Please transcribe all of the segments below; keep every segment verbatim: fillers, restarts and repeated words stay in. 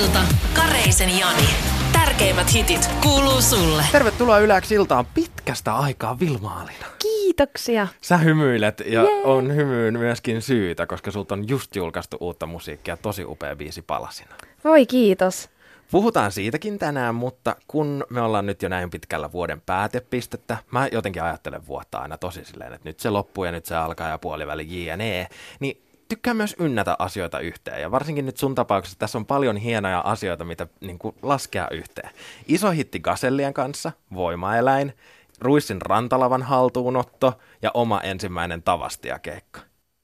ilta, Kareisen Jani. Tärkeimmät hitit kuuluu sulle. Tervetuloa Yle X iltaan pitkästä aikaa, Vilma-Alina. Kiitoksia. Sä hymyilet ja Jee. on hymyyn myöskin syytä, koska sulta on just julkaistu uutta musiikkia, tosi upea biisi Palasina. Voi kiitos. Puhutaan siitäkin tänään, mutta kun me ollaan nyt jo näin pitkällä vuoden päätepistettä, mä jotenkin ajattelen vuotta aina tosi silleen, että nyt se loppuu ja nyt se alkaa ja puoliväli jne, niin tykkään myös ynnätä asioita yhteen, ja varsinkin nyt sun tapauksessa tässä on paljon hienoja asioita, mitä niin kuin laskea yhteen. Iso hitti Gasellien kanssa, Voimaeläin, Ruissin Rantalavan haltuunotto ja oma ensimmäinen Tavastia-keikka.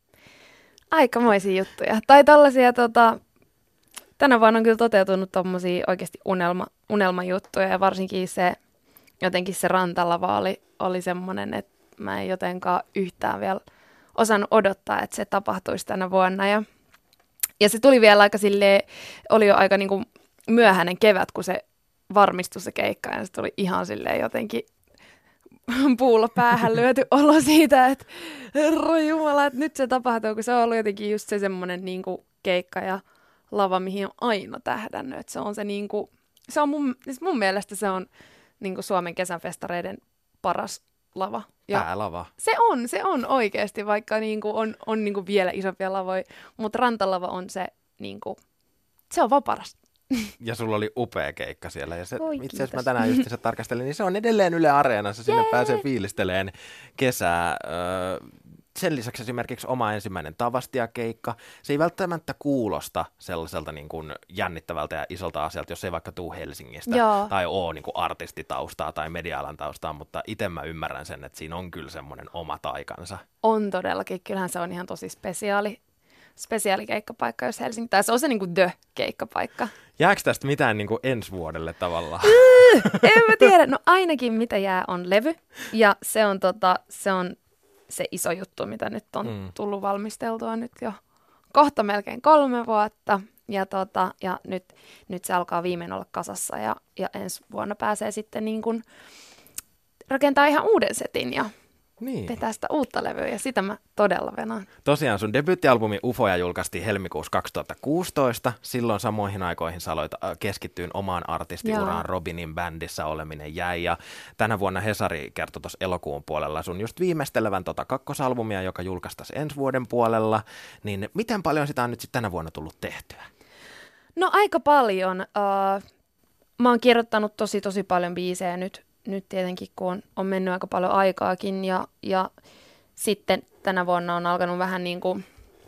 Aikamoisia juttuja. Tai tällaisia, tota, tänä vuonna on kyllä toteutunut tommosia oikeasti unelma, unelmajuttuja, ja varsinkin se, jotenkin se Rantalava oli, oli semmoinen, että mä en jotenkaan yhtään vielä osannut odottaa, että se tapahtuisi tänä vuonna. Ja, ja se tuli vielä aika silleen, oli jo aika niinku myöhäinen kevät, kun se varmistui se keikka, ja se tuli ihan silleen jotenkin puulla päähän lyöty olo siitä, että herra jumala, että nyt se tapahtuu, kun se on ollut jotenkin just se semmoinen niinku keikka ja lava, mihin on aina tähdännyt. Että se on se niinku, se on mun, siis mun mielestä se on niinku Suomen kesänfestareiden paras lava. Ja Päälava. Se on, se on oikeasti, vaikka niinku on, on niinku vielä isompia lavoja, mutta Rantalava on se, niinku, se on vaan paras. Ja sulla oli upea keikka siellä, ja se, Oi, itse asiassa mä kiitos. tänään just se tarkastelin, niin se on edelleen Yle Areenassa, sinne Jee! pääsee fiilisteleen kesää. Öö, sen lisäksi esimerkiksi oma ensimmäinen Tavastia-keikka, se ei välttämättä kuulosta sellaiselta niin kuin jännittävältä ja isolta asialta, jos ei vaikka tuu Helsingistä Joo. tai ole niin kuin artistitaustaa tai media-alan taustaa, mutta itse mä ymmärrän sen, että siinä on kyllä semmoinen oma taikansa. On todellakin, kyllähän se on ihan tosi spesiaali, spesiaali keikkapaikka, jos Helsinki, tai se on se niinku the-keikkapaikka. Jääkö tästä mitään niin kuin ensi vuodelle tavallaan? En mä tiedä, no ainakin mitä jää on levy, ja se on, tota, se, on se iso juttu, mitä nyt on Mm. tullut valmisteltua nyt jo kohta melkein kolme vuotta, ja, tota, ja nyt, nyt se alkaa viimein olla kasassa, ja, ja ensi vuonna pääsee sitten niin kuin rakentaa ihan uuden setin, ja Niin. vetää sitä uutta levyä, ja sitä mä todella venaan. Tosiaan sun debyyttialbumi Ufoja julkaistiin helmikuussa kaksituhattakuusitoista. Silloin samoihin aikoihin sä aloit äh, keskittyin omaan artistiuraan, Joo. Robinin bändissä oleminen jäi. Ja tänä vuonna Hesari kertoi tuossa elokuun puolella sun just viimeistelevän tota kakkosalbumia, joka julkaistaan ensi vuoden puolella. Niin miten paljon sitä on nyt sitten tänä vuonna tullut tehtyä? No aika paljon. Uh, mä oon kirjoittanut tosi tosi paljon biisejä nyt, nyt tietenkin, kun on, on mennyt aika paljon aikaakin. Ja, ja sitten tänä vuonna on alkanut vähän niin kuin,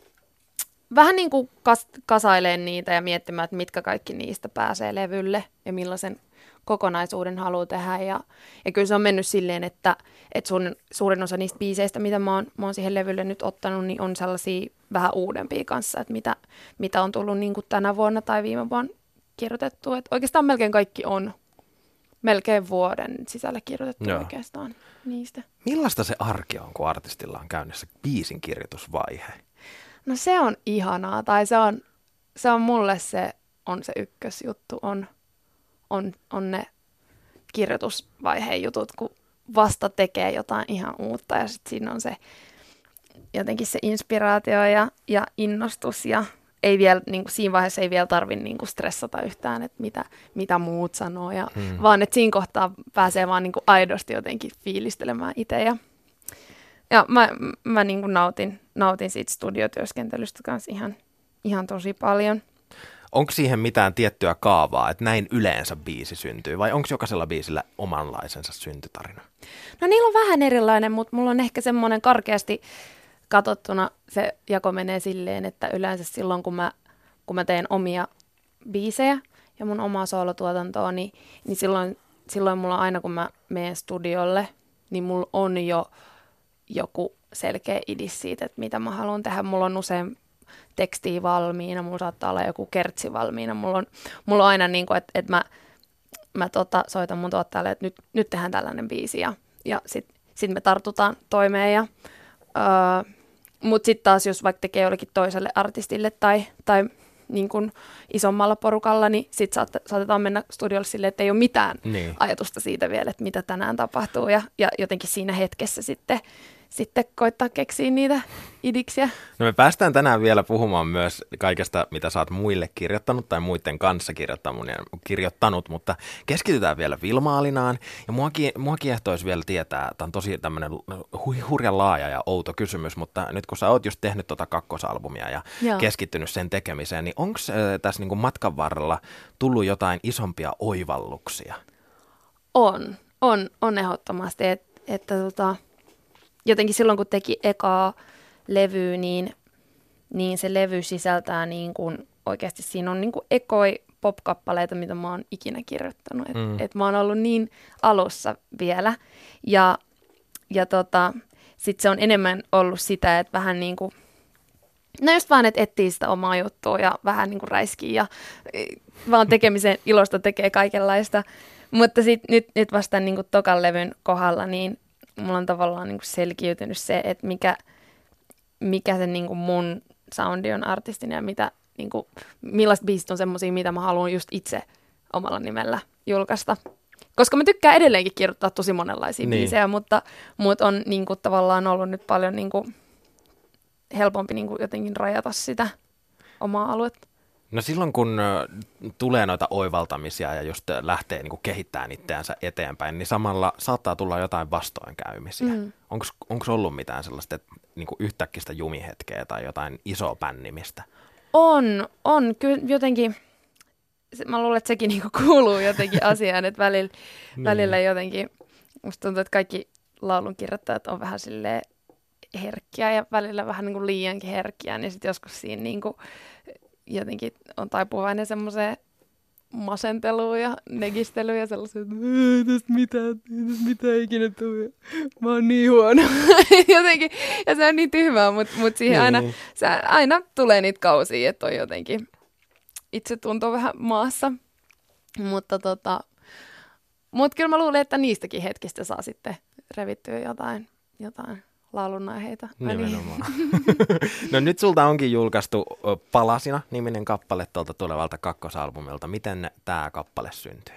vähän niin kuin kas, kasailemaan niitä ja miettimään, että mitkä kaikki niistä pääsee levylle ja millaisen kokonaisuuden haluaa tehdä. Ja, ja kyllä se on mennyt silleen, että, että suurin, suurin osa niistä biiseistä, mitä mä oon, mä oon siihen levylle nyt ottanut, niin on sellaisia vähän uudempia kanssa, että mitä, mitä on tullut niin kuin tänä vuonna tai viime vuonna kirjoitettu. Että oikeastaan melkein kaikki on melkein vuoden sisällä kirjoitettu Joo. oikeastaan niistä. Millaista se arki on, kun artistilla on käynnissä biisin kirjoitusvaihe? No se on ihanaa, tai se on, se on mulle se, on se ykkösjuttu, on, on, on ne kirjoitusvaiheen jutut, kun vasta tekee jotain ihan uutta, ja sitten siinä on se jotenkin se inspiraatio ja, ja innostus, ja ei vielä, niin kuin siinä vaiheessa ei vielä tarvitse niin kuin stressata yhtään, että mitä, mitä muut sanoo, ja, Hmm. vaan että siinä kohtaa pääsee vaan niin kuin aidosti jotenkin fiilistelemään itse, ja Ja mä, mä niin kuin nautin, nautin siitä studiotyöskentelystä kanssa ihan, ihan tosi paljon. Onko siihen mitään tiettyä kaavaa, että näin yleensä biisi syntyy, vai onko jokaisella biisillä omanlaisensa syntytarina? No niillä on vähän erilainen, mutta mulla on ehkä semmoinen karkeasti katsottuna se jako menee silleen, että yleensä silloin kun mä, kun mä teen omia biisejä ja mun omaa soolotuotantoa, niin, niin silloin, silloin mulla aina kun mä menen studiolle, niin mulla on jo joku selkeä idis siitä, että mitä mä haluan tehdä. Mulla on usein tekstiä valmiina, mulla saattaa olla joku kertsi valmiina. Mulla on, mulla on aina niin kuin, että, että mä, mä tota, soitan mun tuottajalle, että nyt, nyt tehdään tällainen biisi ja, ja sitten sit me tartutaan toimeen. Ja, öö, mutta sitten taas, jos vaikka tekee jollekin toiselle artistille tai, tai niin kuin isommalla porukalla, niin sitten saat, saatetaan mennä studiolle silleen, että ei ole mitään Niin. ajatusta siitä vielä, että mitä tänään tapahtuu. Ja, ja jotenkin siinä hetkessä sitten, sitten koittaa keksiä niitä idiksiä. No me päästään tänään vielä puhumaan myös kaikesta, mitä sä oot muille kirjoittanut tai muiden kanssa kirjoittanut, mutta keskitytään vielä Vilma-Alinaan. Ja mua, mua kiehtoisi vielä tietää, tämä on tosi tämmöinen hurjan laaja ja outo kysymys, mutta nyt kun sä oot just tehnyt tota kakkosalbumia ja Joo. keskittynyt sen tekemiseen, niin onko äh, tässä niinku matkan varrella tullut jotain isompia oivalluksia? On, on, on ehdottomasti, Et, että tota, jotenkin silloin kun teki ekaa levyä, niin, niin se levy sisältää niin kuin, oikeasti siinä on niin kuin ekoi pop-kappaleita, mitä mä oon ikinä kirjoittanut. Et, mm. et mä oon ollut niin alussa vielä ja, ja tota, sitten se on enemmän ollut sitä, että vähän niin kuin, no just vaan, että etsii sitä omaa juttua ja vähän niin kuin räiskii ja vaan tekemisen ilosta tekee kaikenlaista. Mutta sitten nyt, nyt vasta niin kuin tokan levyn kohdalla, niin mulla on tavallaan niin kuin selkiytynyt se, että mikä, mikä se niin kuin mun soundi on artistina ja mitä, niin kuin, millaiset biisit on semmosia, mitä mä haluan just itse omalla nimellä julkaista. Koska mä tykkään edelleenkin kirjoittaa tosi monenlaisia niin. biisejä, mutta, mutta on niin kuin, tavallaan ollut nyt paljon niin kuin, helpompi niin kuin, jotenkin rajata sitä omaa aluetta. No silloin, kun tulee noita oivaltamisia ja just lähtee niin kuin kehittämään itseänsä eteenpäin, niin samalla saattaa tulla jotain vastoinkäymisiä. Mm. Onko ollut mitään sellaista niin kuin yhtäkkistä jumihetkeä tai jotain isoa pännimistä? On, on. Kyllä jotenkin, mä luulen, että sekin niin kuin kuuluu jotenkin asiaan, että välillä, niin. välillä jotenkin, musta tuntuu, että kaikki laulunkirjoittajat on vähän silleen herkkiä ja välillä vähän niin kuin liiankin herkkiä, niin sitten joskus siinä niin kuin jotenkin on taipuvainen semmoiseen masenteluun ja negistelyyn ja sellaiseen, että ei tästä mitään, ei tästä mitään ikinä tule. Mä oon niin huono. jotenkin, ja se on niin tyhmää, mutta mut siihen aina, se aina tulee niitä kausia, että on jotenkin itse tuntuu vähän maassa. Mutta tota, mut kyllä mä luulen, että niistäkin hetkistä saa sitten revittyä jotain, jotain. laulunaiheita. Nimenomaan. No nyt sulta onkin julkaistu Palasina -niminen kappale tuolta tulevalta kakkosalbumilta. Miten tämä kappale syntyi?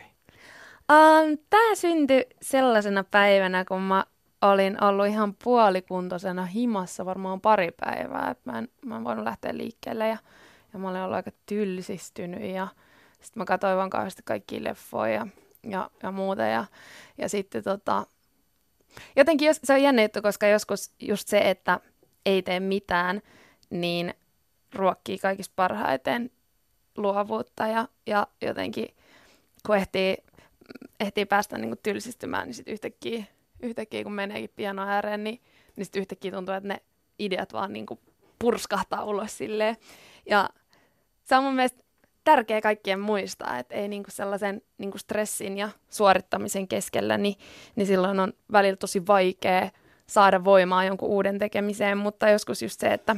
Um, tämä syntyi sellaisena päivänä, kun mä olin ollut ihan puolikuntoisena himassa varmaan pari päivää. Et mä, en, mä en voinut lähteä liikkeelle ja, ja mä olin ollut aika tylsistynyt. Ja sitten mä katsoin vaan kauheasti kaikkia leffoja ja, ja, ja muuta. Ja, ja sitten tota... Jotenkin jos, se on jännä juttu, koska joskus just se, että ei tee mitään, niin ruokkii kaikista parhaiten luovuutta ja, ja jotenkin kun ehtii, ehtii päästä niin kuin tylsistymään, niin sitten yhtäkkiä, yhtäkkiä kun meneekin pianon ääreen, niin, niin sitten yhtäkkiä tuntuu, että ne ideat vaan niin kuin purskahtaa ulos silleen. Ja se on mun mielestä tärkeä kaikkien muistaa, että ei niinku sellaisen niinku stressin ja suorittamisen keskellä, niin, niin silloin on välillä tosi vaikea saada voimaa jonkun uuden tekemiseen, mutta joskus just se, että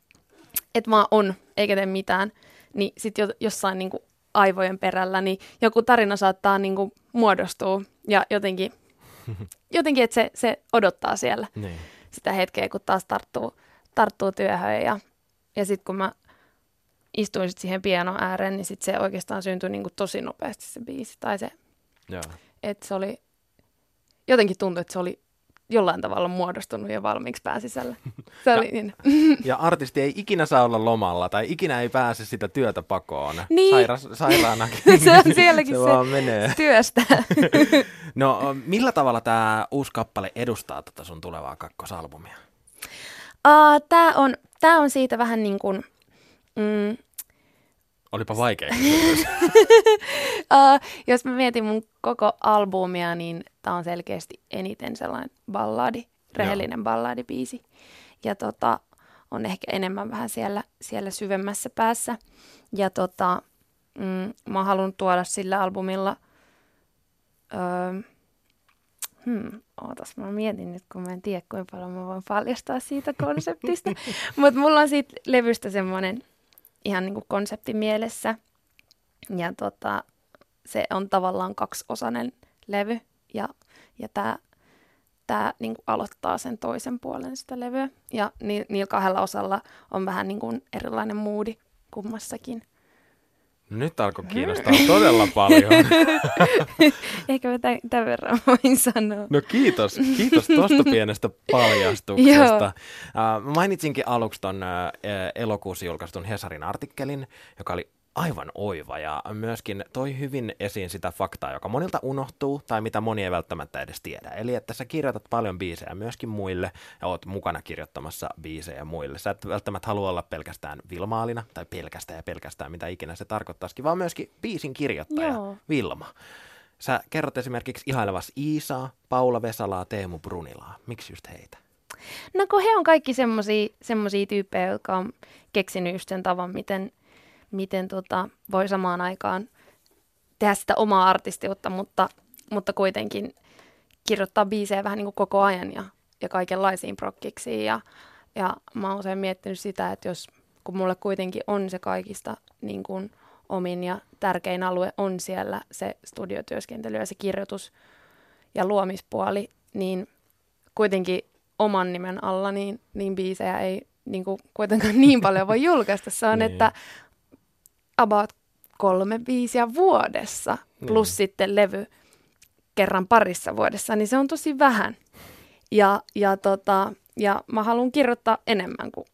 et vaan on eikä tee mitään, niin sitten jossain niinku aivojen perällä, niin joku tarina saattaa niinku muodostua ja jotenkin, jotenkin että se, se odottaa siellä niin. sitä hetkeä, kun taas tarttuu, tarttuu työhön ja, ja sitten kun mä istuin sit siihen pianon ääreen, niin sit se oikeastaan syntyi niinku tosi nopeasti se biisi. Tai se, että se oli, jotenkin tuntui, että se oli jollain tavalla muodostunut jo valmiiksi pääsisällä. Se ja, oli niin. Ja artisti ei ikinä saa olla lomalla tai ikinä ei pääse sitä työtä pakoon. Niin. Sairas, sairaanakin. Se on sielläkin se, se, vaan menee. työstä. No millä tavalla tämä uusi kappale edustaa tätä sun tulevaa kakkosalbumia? Uh, tämä on, tää on siitä vähän niin kuin... Mm, Olipa vaikea kysymys. uh, jos mä mietin mun koko albumia, niin tää on selkeästi eniten sellainen balladi, rehellinen Joo. balladibiisi. Ja tota, on ehkä enemmän vähän siellä, siellä syvemmässä päässä. Ja tota, mm, mä haluan tuoda sillä albumilla... Öö, hmm, ootas, mä mietin nyt, kun mä en tiedä, kuinka paljon mä voin paljastaa siitä konseptista. Mutta mulla on siitä levystä semmoinen ihan niin kuin konsepti mielessä. Ja tota, se on tavallaan kaksiosainen levy. Ja, ja tää, tää niin kuin aloittaa sen toisen puolen sitä levyä. Ja ni, niillä kahdella osalla on vähän niin kuin erilainen moodi kummassakin. Nyt alkoi kiinnostaa todella paljon. Ehkä mä tämän, tämän verran voin sanoa. No kiitos, kiitos tuosta pienestä paljastuksesta. uh, mainitsinkin aluksi ton uh, elokuussa julkaistun Hesarin artikkelin, joka oli aivan oiva ja myöskin toi hyvin esiin sitä faktaa, joka monilta unohtuu tai mitä moni ei välttämättä edes tiedä. Eli että sä kirjoitat paljon biisejä myöskin muille ja oot mukana kirjoittamassa biisejä muille. Sä et välttämättä halua olla pelkästään Vilma-Alina tai pelkästään ja pelkästään mitä ikinä se tarkoittaisikin, vaan myöskin biisin kirjoittaja Joo. Vilma. Sä kerrot esimerkiksi ihailevas Iisaa, Paula Vesalaa, Teemu Brunilaa. Miksi just heitä? No kun he on kaikki semmosia tyyppejä, jotka on keksinyt just sen tavan, miten miten tota, voi samaan aikaan tehdä sitä omaa artistiutta, mutta, mutta kuitenkin kirjoittaa biisejä vähän niin kuin koko ajan ja, ja kaikenlaisiin prokkiksiin. Ja, ja mä oon usein miettinyt sitä, että jos, kun mulle kuitenkin on se kaikista niin kuin omin ja tärkein alue on siellä se studiotyöskentely ja se kirjoitus ja luomispuoli, niin kuitenkin oman nimen alla niin, niin biisejä ei niin kuin kuitenkaan niin paljon voi julkaista. Se on, niin. että about kolme biisiä vuodessa, plus mm. sitten levy kerran parissa vuodessa, niin se on tosi vähän. Ja, ja, tota, ja mä haluan kirjoittaa enemmän kuin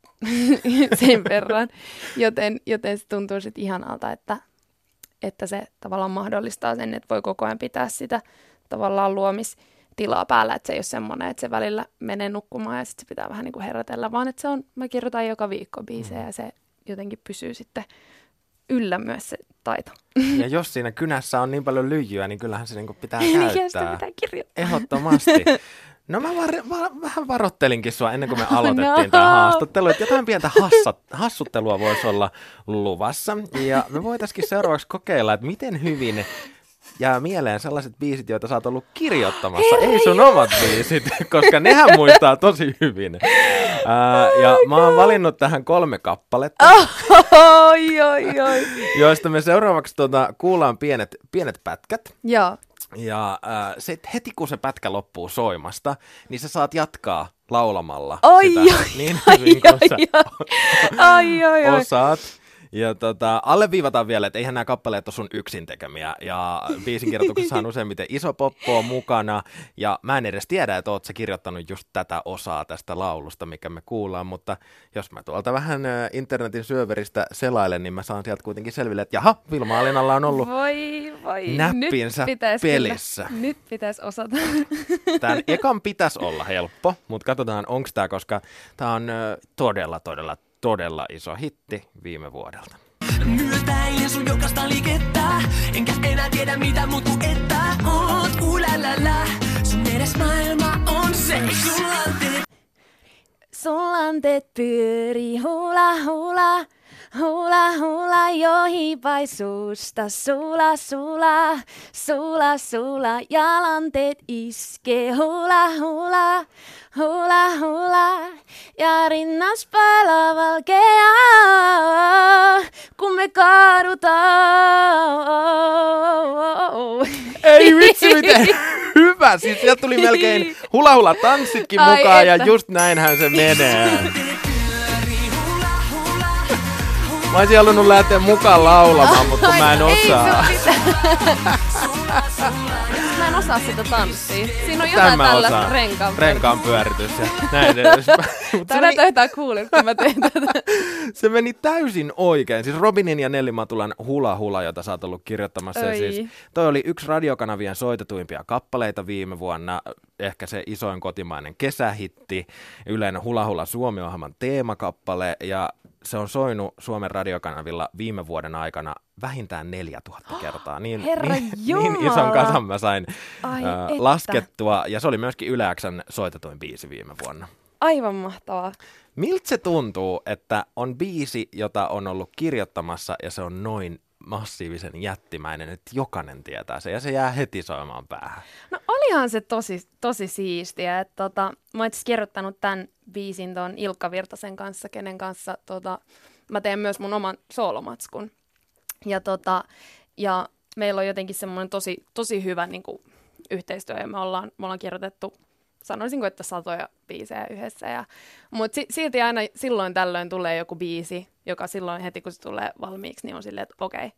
sen verran, joten, joten se tuntuu sitten ihanalta, että, että se tavallaan mahdollistaa sen, että voi koko ajan pitää sitä tavallaan luomistilaa päällä, että se ei ole semmoinen, että se välillä menee nukkumaan ja sitten se pitää vähän niin kuin herätellä, vaan että se on, mä kirjoitan joka viikko biisejä mm. ja se jotenkin pysyy sitten yllä myös se taito. Ja jos siinä kynässä on niin paljon lyijyä, niin kyllähän se niinku pitää käyttää. Sitä pitää kirjoittaa. Ehdottomasti. No mä var, var, vähän varoittelinkin sua ennen kuin me aloitettiin no. tämä haastattelu, että jotain pientä hassat, hassuttelua voisi olla luvassa. Ja me voitaisiin seuraavaksi kokeilla, että miten hyvin jää mieleen sellaiset biisit, joita sä oot ollut kirjoittamassa. Herra Ei sun joo. omat biisit, koska nehän muistaa tosi hyvin. Ää, ja mä oon valinnut tähän kolme kappaletta, oi, oi, oi. joista me seuraavaksi tuota, kuullaan pienet, pienet pätkät. Joo. Ja äh, se, heti kun se pätkä loppuu soimasta, niin sä saat jatkaa laulamalla oi, sitä oi, niin hyvin kuin sä oi, oi, oi. osaat. Ja tota, alleviivataan vielä, että eihän nämä kappaleet ole sun yksin tekemiä. Ja biisinkirjoituksessa on useimmiten iso poppo mukana. Ja mä en edes tiedä, että oot sä kirjoittanut just tätä osaa tästä laulusta, mikä me kuullaan. Mutta jos mä tuolta vähän internetin syöveristä selailen, niin mä saan sieltä kuitenkin selville, että jaha, Vilma-Alinalla on ollut voi, voi. näppinsä Nyt pitäis pelissä. Kyllä. Nyt pitäisi osata. Tämän ekan pitäisi olla helppo, mutta katsotaan onko tämä, koska tämä on todella, todella Todella iso hitti viime vuodelta. Myötäilen sun jokaista liikettä, enkä enää tiedä mitä muut kuin että oot ulalala. Sun edes maailma on se, sulanteet. Sulanteet pyörii hula hula, hula hula johipai suusta. Sula sula, sula sula, jalanteet iskee hula hula. Hula hula ja rinnas palaa valkeaa, kun me kaadutaan. Ei vitsi miten hyvä, siis sieltä tuli melkein hula hula tanssitkin Ai mukaan että. Ja just näinhän se menee. Mä olisin halunnut lähteä mukaan laulamaan, mutta kun mä en osaa. Mä en osaa sitä tanssia. Siinä on jotain tällaista renkaan renkaan pyöritys ja näin edespäin. Tää näyttää yhtään kuulit, kun mä teen tätä. Se meni täysin oikein. Siis Robinin ja Nelli Matulan Hula Hula, jota sä oot ollut kirjoittamassa. Ja siis, toi oli yksi radiokanavien soitetuimpia kappaleita viime vuonna. Ehkä se isoin kotimainen kesähitti. Ylen Hula Hula Suomi-ohjelman teemakappale. Ja se on soinut Suomen radiokanavilla viime vuoden aikana vähintään neljätuhatta kertaa. Niin, niin, niin ison kasan mä sain Ai, äh, laskettua. Ja se oli myöskin Yle X:n soitetuin biisi viime vuonna. Aivan mahtavaa. Miltä se tuntuu, että on biisi, jota on ollut kirjoittamassa ja se on noin massiivisen jättimäinen, että jokainen tietää se ja se jää heti soimaan päähän? No olihan se tosi, tosi siistiä. Että tota, mä oon itse kirjoittanut tämän biisin ton Ilkka Virtasen kanssa, kenen kanssa tota, mä teen myös mun oman soolomatskun. Ja, tota, ja meillä on jotenkin semmoinen tosi, tosi hyvä niin kuin, yhteistyö ja me ollaan, me ollaan kirjoitettu, sanoisinko, että satoja biisejä yhdessä. Ja, mutta si- silti aina silloin tällöin tulee joku biisi, joka silloin heti kun se tulee valmiiksi, niin on silleen, että okei,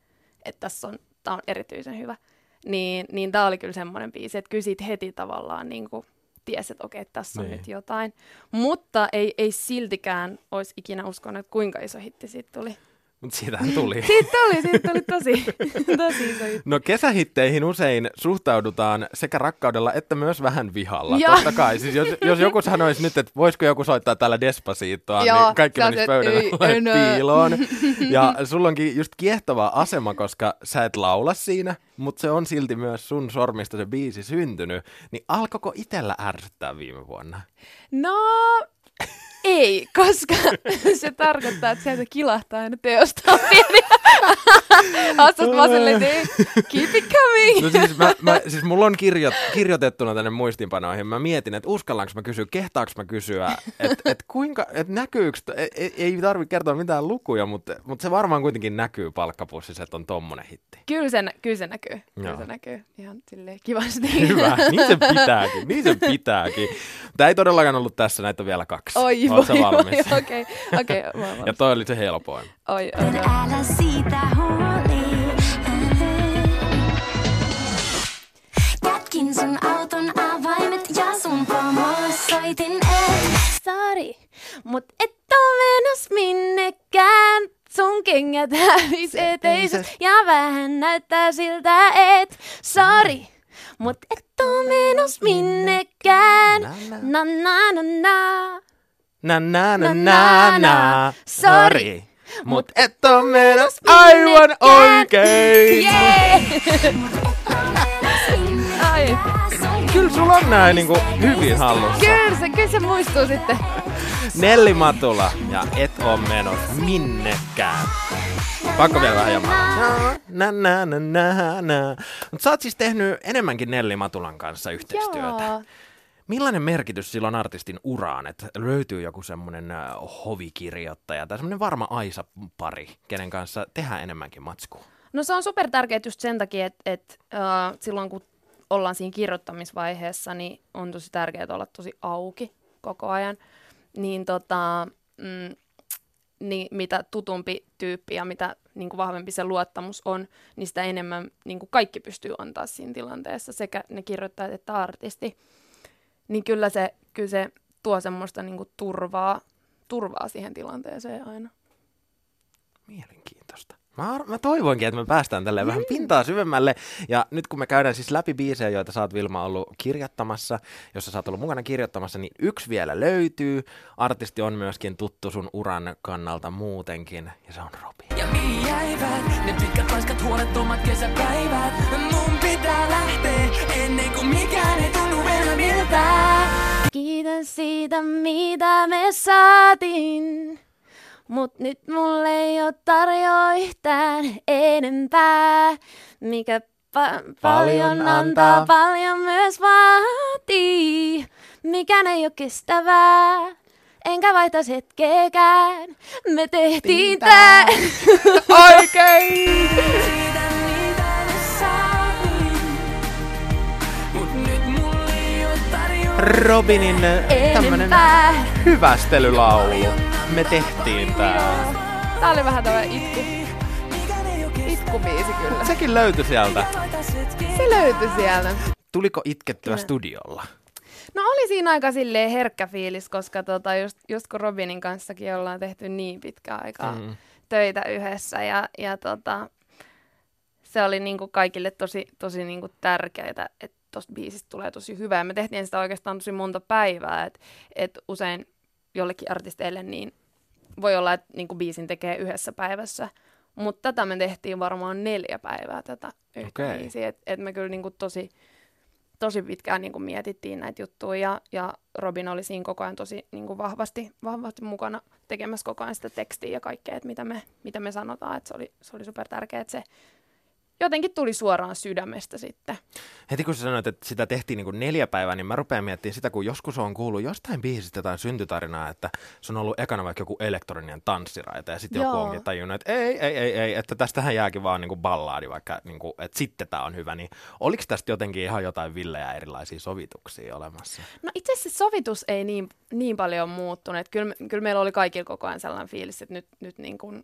että tässä on, tää on erityisen hyvä. Niin, niin tää oli kyllä semmoinen biisi, että kyllä siitä heti tavallaan niin kuin tiesi, että okei, tässä on niin. nyt jotain. Mutta ei, ei siltikään olisi ikinä uskonut, että kuinka iso hitti siitä tuli. Mutta siitähän tuli. Siitä tuli, siitä tuli tosi, tosi iso hitti. No kesähitteihin usein suhtaudutaan sekä rakkaudella että myös vähän vihalla. Ja. Totta kai. Siis jos, jos joku sanoisi nyt, että voisiko joku soittaa täällä Despacitoa, Joo, niin kaikki sä menisi oot, pöydälle ei, enää. piiloon. Ja sulla onkin just kiehtova asema, koska sä et laula siinä, mutta se on silti myös sun sormista se biisi syntynyt. Niin alkoiko itsellä ärsyttää viime vuonna? No, ei, koska se tarkoittaa, että sieltä kilahtaa aina teosta pieni. Asut vaan silleen, että keep it coming. No siis, mä, mä, siis mulla on kirjo, kirjoitettuna tänne muistiinpanoihin. Mä mietin, että uskallanko mä kysyä, kehtaanko mä kysyä, että et kuinka, että näkyykö, ei, ei tarvitse kertoa mitään lukuja, mutta, mutta se varmaan kuitenkin näkyy palkkapussissa, että on tommonen hitti. Kyllä se, kyllä se näkyy, kyllä Joo. se näkyy ihan silleen kivasti. Hyvä, niin se pitääkin, niin se pitääkin. Tämä ei todellakaan ollut tässä, näitä on vielä kaksi. Oi Oot sä voi, valmis? voi, okei, okei, mä oon Ja valmis. toi oli se helpoin. Oi, oi, oi. Älä siitä huoli. Kätkin sun auton avaimet ja sun pomolle soitin, et Sori, mut et oo menos minnekään. Sun kengät hävis eteiset ja vähän näyttää siltä, et sori, mut et oo menos minnekään. Na na na na. Na na na Na, na na, na, sorry. sori, mut et oo menossa aivan oikein. Jee! Ai. Kyllä sulla on näin niinku hyvin hallussa. Kyllä se, kyllä se muistuu sitten. Nelli Matula ja et oo menossa minnekään. Pakko vielä vähän jamaa. Na na na na na. Mut sä oot siis tehnyt enemmänkin Nelli Matulan kanssa yhteistyötä. Joo. Millainen merkitys sillä on artistin uraan, että löytyy joku semmoinen äh, hovikirjoittaja tai semmoinen varma Aisa-pari, kenen kanssa tehdään enemmänkin matskua? No se on super tärkeää just sen takia, että et, uh, silloin kun ollaan siinä kirjoittamisvaiheessa, niin on tosi tärkeää olla tosi auki koko ajan. Niin, tota, mm, niin mitä tutumpi tyyppi ja mitä niin kuin vahvempi se luottamus on, niin sitä enemmän niin kuin kaikki pystyy antaa siinä tilanteessa, sekä ne kirjoittajat että artisti. Niin kyllä se, kyllä se tuo semmoista niin kuin turvaa, turvaa siihen tilanteeseen aina. Mielenkiintoista. Mä, ar- mä toivoinkin, että me päästään tälleen mm. vähän pintaa syvemmälle. Ja nyt kun me käydään siis läpi biisejä, joita sä oot, Vilma, ollut kirjoittamassa, jossa sä oot ollut mukana kirjoittamassa, niin yksi vielä löytyy. Artisti on myöskin tuttu sun uran kannalta muutenkin, ja se on Robin. Ja mihin jäivät ne pitkät laiskat huolettomat kesäpäivät? Mun pitää lähteä ennen kuin mikään ei tunnu enää miltään. Kiitän siitä, mitä me saatiin, mut nyt mulle ei oo tarjoa yhtään enempää. Mikä pa- paljon, Paljon antaa, antaa. paljon myös vaatii. Mikään ei oo kestävää, enkä vaihtais hetkeäkään. Me tehtiin tää oikein. Siitä mitä me saatiin, mut nyt mulle ei oo tarjoa. Robinin tämmönen Enempää. hyvästelylaulu. Me tehtiin tää. Tää oli vähän tämmönen itku. Itkubiisi kyllä. Sekin löytyi sieltä. Se löytyi sieltä. Tuliko itkettyä Kyllä. studiolla? No oli siinä aika silleen herkkä fiilis, koska tota, just, just kun Robinin kanssakin ollaan tehty niin pitkä aikaa Mm. töitä yhdessä ja, ja tota, se oli niinku kaikille tosi, tosi niinku tärkeää, että tosta biisistä tulee tosi hyvä. Ja me tehtiin sitä oikeastaan tosi monta päivää, että et usein jollekin artisteille niin voi olla, että niinku biisin tekee yhdessä päivässä, mutta tätä me tehtiin varmaan neljä päivää tätä yhtä Okei. biisiä, että et me kyllä niinku tosi tosi pitkään niin kuin mietittiin näitä juttuja ja, ja Robin oli siinä koko ajan tosi niin kuin vahvasti, vahvasti mukana tekemässä koko ajan sitä tekstiä ja kaikkea, että mitä me, mitä me sanotaan, että se oli, se oli super tärkeää, että se jotenkin tuli suoraan sydämestä sitten. Heti kun sä sanoit, että sitä tehtiin niin kuin neljä päivää, niin mä rupean miettimään sitä, kun joskus on kuullut jostain biisistä tai syntytarinaa, että se on ollut ekana vaikka joku elektroninen tanssiraita ja sitten joku Joo. onkin tajunnut, että ei, ei, ei, ei, että tästähän jääkin vaan niin kuin ballaadi, vaikka niin kuin, että sitten tää on hyvä. Niin oliko tästä jotenkin ihan jotain villejä erilaisia sovituksia olemassa? No itse asiassa sovitus ei niin, niin paljon muuttunut. Että kyllä, kyllä meillä oli kaikilla koko ajan sellainen fiilis, että nyt, nyt niin kuin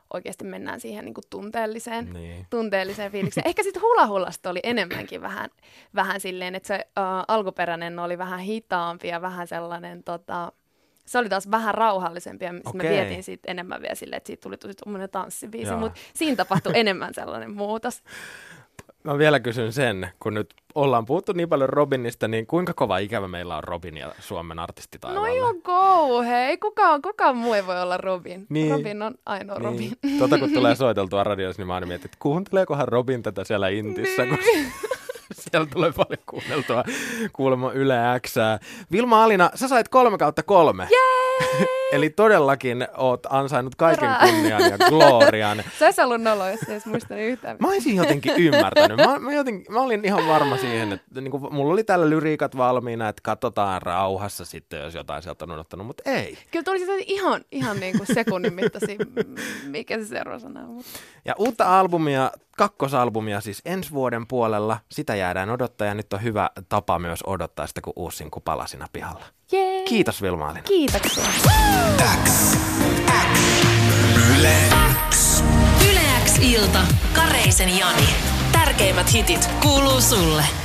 oikeasti mennään siihen niin kuin tunteelliseen, Niin. tunteelliseen fiilikseen. Ehkä sitten hula-hulasta oli enemmänkin vähän, vähän silleen, että se uh, alkuperäinen oli vähän hitaampi ja vähän sellainen, tota, se oli taas vähän rauhallisempi, ja okay. me vietiin siitä enemmän vielä silleen, että siitä tuli tosi tuommoinen tanssibiisi, mutta siinä tapahtui enemmän sellainen muutos. Mä vielä kysyn sen, kun nyt ollaan puhuttu niin paljon Robinista, niin kuinka kova ikävä meillä on Robin ja Suomen artistitaivaalla? No joo, kauhei. Kukaan, kukaan muu ei voi olla Robin. Niin. Robin on ainoa niin. Robin. Tota kun tulee soiteltua radiossa, niin mä aina mietin, että kuunteleekohan Robin tätä siellä Intissä, niin. kun siellä tulee paljon kuunneltua kuulemma Yle Xää. Vilma Alina, sä sait kolme kautta kolme. Jee! Eli todellakin oot ansainnut kaiken kunnian ja glorian. Se olisi ollut nolo, jos ei muistanut yhtään. Mä olisin jotenkin ymmärtänyt. Mä, mä, jotenkin, mä olin ihan varma siihen, että niin kuin, mulla oli täällä lyriikat valmiina, että katsotaan rauhassa sitten, jos jotain sieltä on unohtanut, mutta ei. Kyllä tuli se ihan, ihan niin kuin sekunnin mittaisia, mikä se seuraava sana on. Mutta... Ja uutta albumia, kakkosalbumia siis ensi vuoden puolella, sitä jäädään odottaa ja nyt on hyvä tapa myös odottaa sitä, kun uusi sinkku palasina pihalla. Jee. Kiitos Vilma Alina. Kiitoksia. X. X. Yle X. Yle X ilta. Kareisen Jani. Tärkeimmät hitit kuuluu sulle.